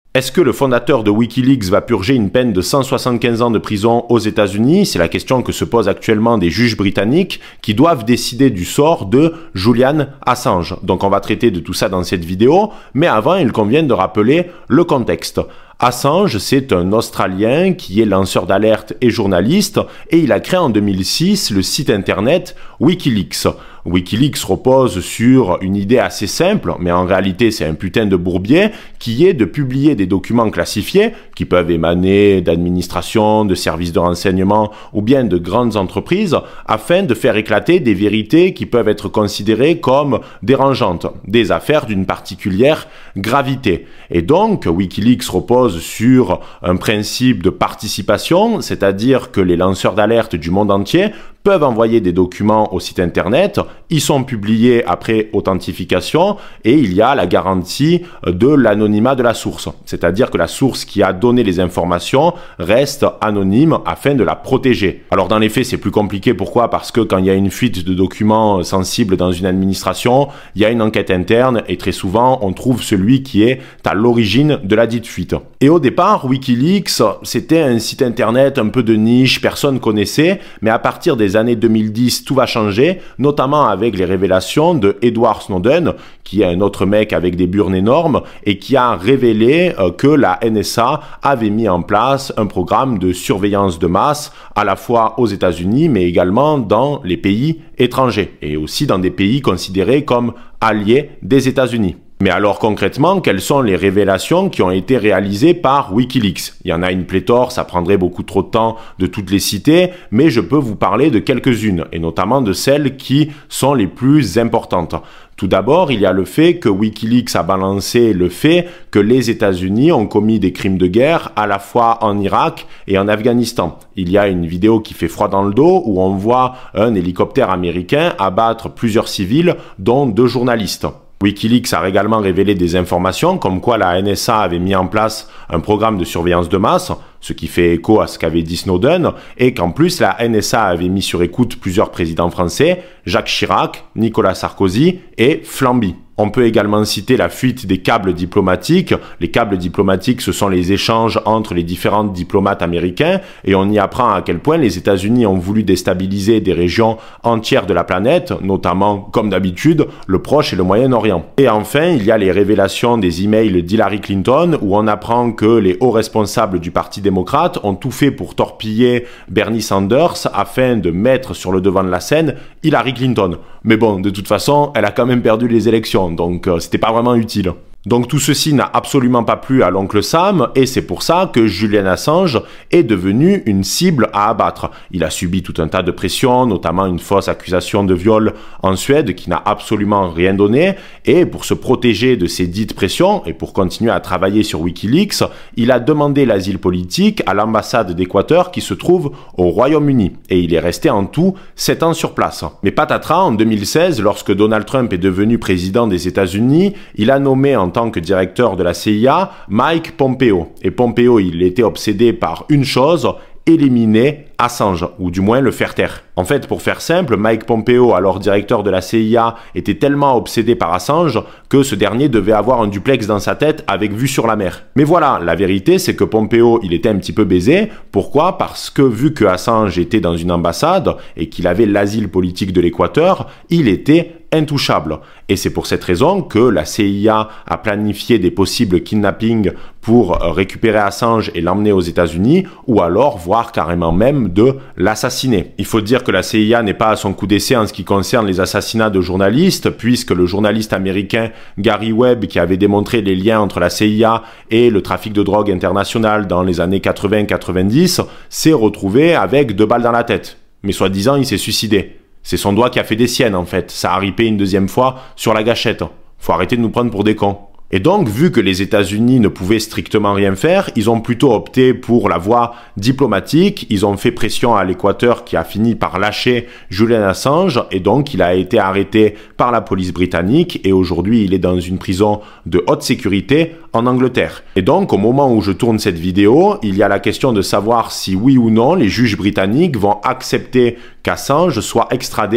Est-ce que le fondateur de Wikileaks va purger une peine de 175 ans de prison aux États-Unis? C'est la question que se posent actuellement des juges britanniques qui doivent décider du sort de Julian Assange. Donc on va traiter de tout ça dans cette vidéo, mais avant il convient de rappeler le contexte. Assange, c'est un Australien qui est lanceur d'alerte et journaliste et il a créé en 2006 le site internet Wikileaks. Wikileaks repose sur une idée assez simple, mais en réalité c'est un putain de bourbier, qui est de publier des documents classifiés qui peuvent émaner d'administrations, de services de renseignement ou bien de grandes entreprises afin de faire éclater des vérités qui peuvent être considérées comme dérangeantes, des affaires d'une particulière gravité. Et donc Wikileaks repose sur un principe de participation, c'est-à-dire que les lanceurs d'alerte du monde entier peuvent envoyer des documents au site internet, ils sont publiés après authentification et il y a la garantie de l'anonymat de la source. C'est-à-dire que la source qui a donné les informations reste anonyme afin de la protéger. Alors dans les faits c'est plus compliqué, pourquoi? Parce que quand il y a une fuite de documents sensibles dans une administration, il y a une enquête interne et très souvent on trouve celui qui est à l'origine de la dite fuite. Et au départ, Wikileaks, c'était un site internet un peu de niche, personne connaissait, mais à partir des années 2010, tout va changer, notamment avec les révélations de Edward Snowden, qui est un autre mec avec des burnes énormes et qui a révélé que la NSA avait mis en place un programme de surveillance de masse à la fois aux États-Unis mais également dans les pays étrangers et aussi dans des pays considérés comme alliés des États-Unis. Mais alors concrètement, quelles sont les révélations qui ont été réalisées par Wikileaks? Il y en a une pléthore, ça prendrait beaucoup trop de temps de toutes les citer, mais je peux vous parler de quelques-unes, et notamment de celles qui sont les plus importantes. Tout d'abord, il y a le fait que Wikileaks a balancé le fait que les États-Unis ont commis des crimes de guerre à la fois en Irak et en Afghanistan. Il y a une vidéo qui fait froid dans le dos où on voit un hélicoptère américain abattre plusieurs civils, dont 2 journalistes. Wikileaks a également révélé des informations comme quoi la NSA avait mis en place un programme de surveillance de masse, ce qui fait écho à ce qu'avait dit Snowden, et qu'en plus la NSA avait mis sur écoute plusieurs présidents français, Jacques Chirac, Nicolas Sarkozy et Flamby. On peut également citer la fuite des câbles diplomatiques. Les câbles diplomatiques, ce sont les échanges entre les différents diplomates américains et on y apprend à quel point les États-Unis ont voulu déstabiliser des régions entières de la planète, notamment, comme d'habitude, le Proche et le Moyen-Orient. Et enfin, il y a les révélations des emails d'Hillary Clinton où on apprend que les hauts responsables du Parti démocrate ont tout fait pour torpiller Bernie Sanders afin de mettre sur le devant de la scène Hillary Clinton. Mais bon, de toute façon, elle a quand même perdu les élections. Donc c'était pas vraiment utile. Donc tout ceci n'a absolument pas plu à l'oncle Sam et c'est pour ça que Julian Assange est devenu une cible à abattre. Il a subi tout un tas de pressions, notamment une fausse accusation de viol en Suède qui n'a absolument rien donné et pour se protéger de ces dites pressions et pour continuer à travailler sur Wikileaks, il a demandé l'asile politique à l'ambassade d'Équateur qui se trouve au Royaume-Uni et il est resté en tout 7 ans sur place. Mais patatras, en 2016, lorsque Donald Trump est devenu président des États-Unis, il a nommé en tant que directeur de la CIA, Mike Pompeo. Et Pompeo, il était obsédé par une chose, éliminer Assange, ou du moins le faire taire. En fait, pour faire simple, Mike Pompeo, alors directeur de la CIA, était tellement obsédé par Assange que ce dernier devait avoir un duplex dans sa tête avec vue sur la mer. Mais voilà, la vérité, c'est que Pompeo, il était un petit peu baisé. Pourquoi? Parce que vu que Assange était dans une ambassade et qu'il avait l'asile politique de l'Équateur, il était intouchable. Et c'est pour cette raison que la CIA a planifié des possibles kidnappings pour récupérer Assange et l'emmener aux États-Unis, ou alors, voire carrément même, de l'assassiner. Il faut dire que la CIA n'est pas à son coup d'essai en ce qui concerne les assassinats de journalistes, puisque le journaliste américain Gary Webb, qui avait démontré les liens entre la CIA et le trafic de drogue international dans les années 80-90, s'est retrouvé avec 2 balles dans la tête. Mais soi-disant, il s'est suicidé. C'est son doigt qui a fait des siennes, en fait. Ça a ripé une 2e fois sur la gâchette. Faut arrêter de nous prendre pour des cons. Et donc, vu que les États-Unis ne pouvaient strictement rien faire, ils ont plutôt opté pour la voie diplomatique. Ils ont fait pression à l'Équateur qui a fini par lâcher Julian Assange et donc il a été arrêté par la police britannique et aujourd'hui il est dans une prison de haute sécurité en Angleterre. Et donc, au moment où je tourne cette vidéo, il y a la question de savoir si oui ou non les juges britanniques vont accepter qu'Assange soit extradé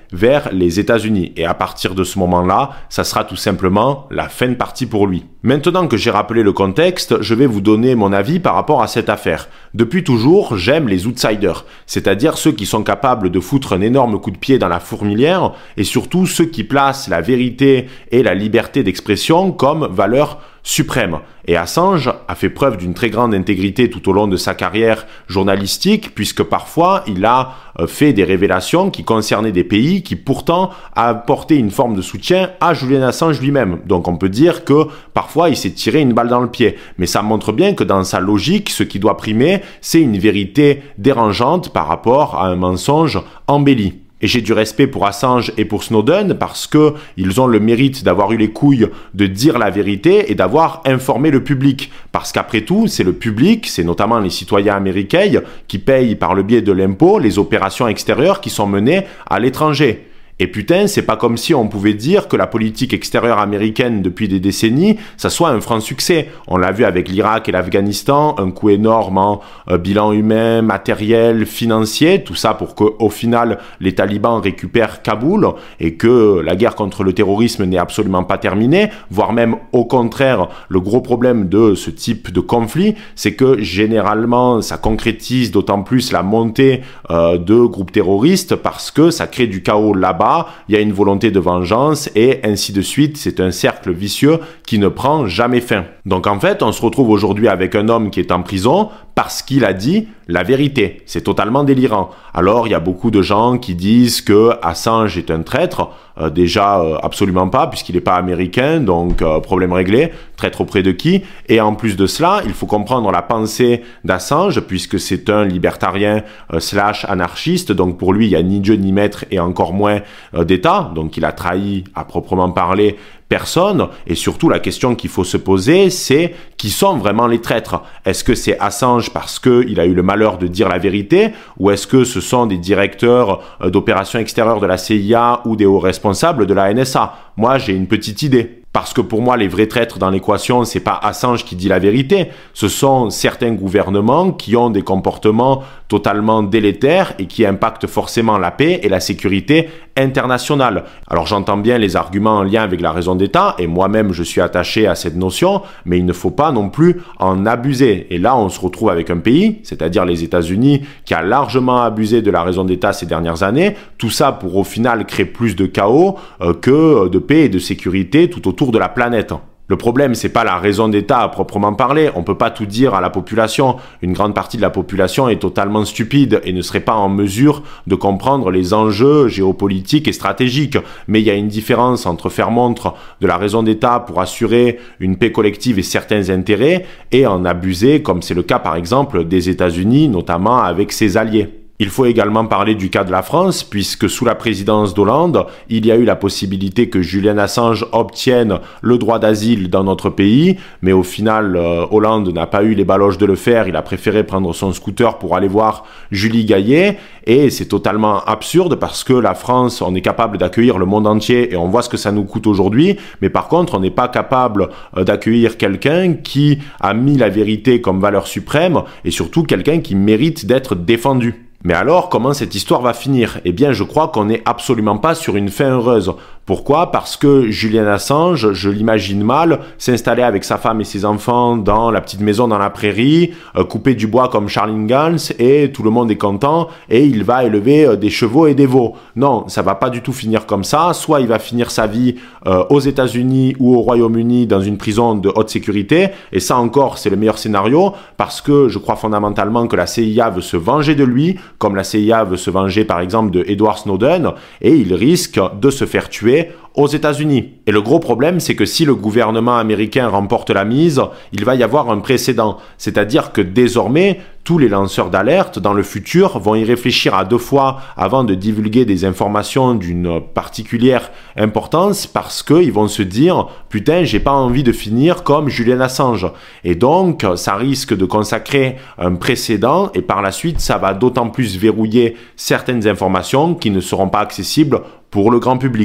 vers les États-Unis. Et à partir de ce moment-là, ça sera tout simplement la fin de partie pour lui. Maintenant que j'ai rappelé le contexte, je vais vous donner mon avis par rapport à cette affaire. Depuis toujours, j'aime les outsiders, c'est-à-dire ceux qui sont capables de foutre un énorme coup de pied dans la fourmilière et surtout ceux qui placent la vérité et la liberté d'expression comme valeur suprême. Et Assange a fait preuve d'une très grande intégrité tout au long de sa carrière journalistique, puisque parfois il a fait des révélations qui concernaient des pays qui pourtant apportaient une forme de soutien à Julian Assange lui-même. Donc on peut dire que parfois il s'est tiré une balle dans le pied. Mais ça montre bien que dans sa logique, ce qui doit primer, c'est une vérité dérangeante par rapport à un mensonge embelli. Et j'ai du respect pour Assange et pour Snowden parce que ils ont le mérite d'avoir eu les couilles de dire la vérité et d'avoir informé le public. Parce qu'après tout, c'est le public, c'est notamment les citoyens américains qui payent par le biais de l'impôt les opérations extérieures qui sont menées à l'étranger. Et putain, c'est pas comme si on pouvait dire que la politique extérieure américaine depuis des décennies, ça soit un franc succès. On l'a vu avec l'Irak et l'Afghanistan, un coût énorme en bilan humain, matériel, financier, tout ça pour qu'au final, les talibans récupèrent Kaboul et que la guerre contre le terrorisme n'est absolument pas terminée, voire même au contraire, le gros problème de ce type de conflit, c'est que généralement, ça concrétise d'autant plus la montée de groupes terroristes parce que ça crée du chaos là-bas. Il y a une volonté de vengeance et ainsi de suite. C'est un cercle vicieux qui ne prend jamais fin. Donc en fait, on se retrouve aujourd'hui avec un homme qui est en prison parce qu'il a dit la vérité. C'est totalement délirant. Alors, il y a beaucoup de gens qui disent que Assange est un traître. Déjà, absolument pas, puisqu'il n'est pas américain, donc problème réglé. Traître auprès de qui? Et en plus de cela, il faut comprendre la pensée d'Assange, puisque c'est un libertarien / anarchiste. Donc pour lui, il n'y a ni Dieu ni maître et encore moins d'État. Donc il a trahi, à proprement parler, personne. Et surtout, la question qu'il faut se poser, c'est qui sont vraiment les traîtres? Est-ce que c'est Assange parce qu'il a eu le malheur de dire la vérité, ou est-ce que ce sont des directeurs d'opérations extérieures de la CIA ou des hauts responsables de la NSA? Moi, j'ai une petite idée. Parce que pour moi, les vrais traîtres dans l'équation, c'est pas Assange qui dit la vérité. Ce sont certains gouvernements qui ont des comportements totalement délétères et qui impactent forcément la paix et la sécurité internationale. Alors j'entends bien les arguments en lien avec la raison d'État et moi-même je suis attaché à cette notion, mais il ne faut pas non plus en abuser. Et là, on se retrouve avec un pays, c'est-à-dire les États-Unis, qui a largement abusé de la raison d'État ces dernières années. Tout ça pour au final créer plus de chaos que de paix et de sécurité tout autour de la planète. Le problème, c'est pas la raison d'État à proprement parler. On peut pas tout dire à la population. Une grande partie de la population est totalement stupide et ne serait pas en mesure de comprendre les enjeux géopolitiques et stratégiques. Mais il y a une différence entre faire montre de la raison d'État pour assurer une paix collective et certains intérêts et en abuser, comme c'est le cas par exemple des États-Unis, notamment avec ses alliés. Il faut également parler du cas de la France, puisque sous la présidence d'Hollande, il y a eu la possibilité que Julian Assange obtienne le droit d'asile dans notre pays, mais au final, Hollande n'a pas eu les baloches de le faire, il a préféré prendre son scooter pour aller voir Julie Gaillet, et c'est totalement absurde parce que la France, on est capable d'accueillir le monde entier et on voit ce que ça nous coûte aujourd'hui, mais par contre, on n'est pas capable d'accueillir quelqu'un qui a mis la vérité comme valeur suprême, et surtout quelqu'un qui mérite d'être défendu. Mais alors, comment cette histoire va finir? Eh bien, je crois qu'on n'est absolument pas sur une fin heureuse. Pourquoi? Parce que Julian Assange, je l'imagine mal, s'installer avec sa femme et ses enfants dans la petite maison dans la prairie, couper du bois comme Charles Ingalls, et tout le monde est content, et il va élever des chevaux et des veaux. Non, ça va pas du tout finir comme ça. Soit il va finir sa vie aux États-Unis ou au Royaume-Uni dans une prison de haute sécurité, et ça encore, c'est le meilleur scénario, parce que je crois fondamentalement que la CIA veut se venger de lui, comme la CIA veut se venger par exemple de Edward Snowden, et il risque de se faire tuer aux États-Unis. Et le gros problème, c'est que si le gouvernement américain remporte la mise, il va y avoir un précédent. C'est-à-dire que désormais, tous les lanceurs d'alerte dans le futur vont y réfléchir à 2 fois avant de divulguer des informations d'une particulière importance parce qu'ils vont se dire « Putain, j'ai pas envie de finir comme Julian Assange ». Et donc, ça risque de consacrer un précédent et par la suite, ça va d'autant plus verrouiller certaines informations qui ne seront pas accessibles pour le grand public.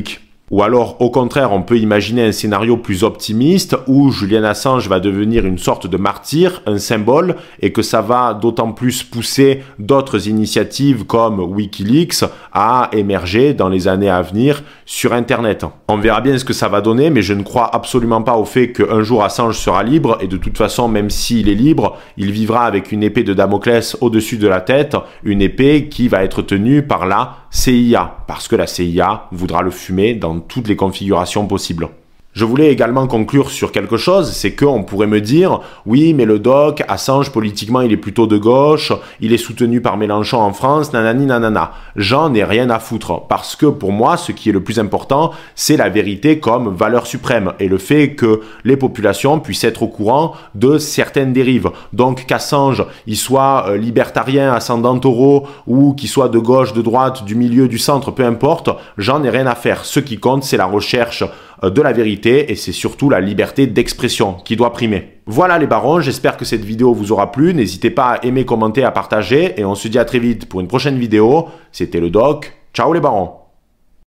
Ou alors, au contraire, on peut imaginer un scénario plus optimiste où Julian Assange va devenir une sorte de martyr, un symbole, et que ça va d'autant plus pousser d'autres initiatives comme Wikileaks à émerger dans les années à venir sur Internet. On verra bien ce que ça va donner, mais je ne crois absolument pas au fait qu'un jour Assange sera libre, et de toute façon, même s'il est libre, il vivra avec une épée de Damoclès au-dessus de la tête, une épée qui va être tenue par la CIA, parce que la CIA voudra le fumer dans toutes les configurations possibles. Je voulais également conclure sur quelque chose, c'est qu'on pourrait me dire « Oui, mais le doc, Assange, politiquement, il est plutôt de gauche, il est soutenu par Mélenchon en France, nanani nanana. » J'en ai rien à foutre, parce que pour moi, ce qui est le plus important, c'est la vérité comme valeur suprême, et le fait que les populations puissent être au courant de certaines dérives. Donc qu'Assange, il soit libertarien, ascendant taureau, ou qu'il soit de gauche, de droite, du milieu, du centre, peu importe, j'en ai rien à faire. Ce qui compte, c'est la recherche de la vérité et c'est surtout la liberté d'expression qui doit primer. Voilà les barons, j'espère que cette vidéo vous aura plu. N'hésitez pas à aimer, commenter, à partager et on se dit à très vite pour une prochaine vidéo. C'était le doc. Ciao les barons.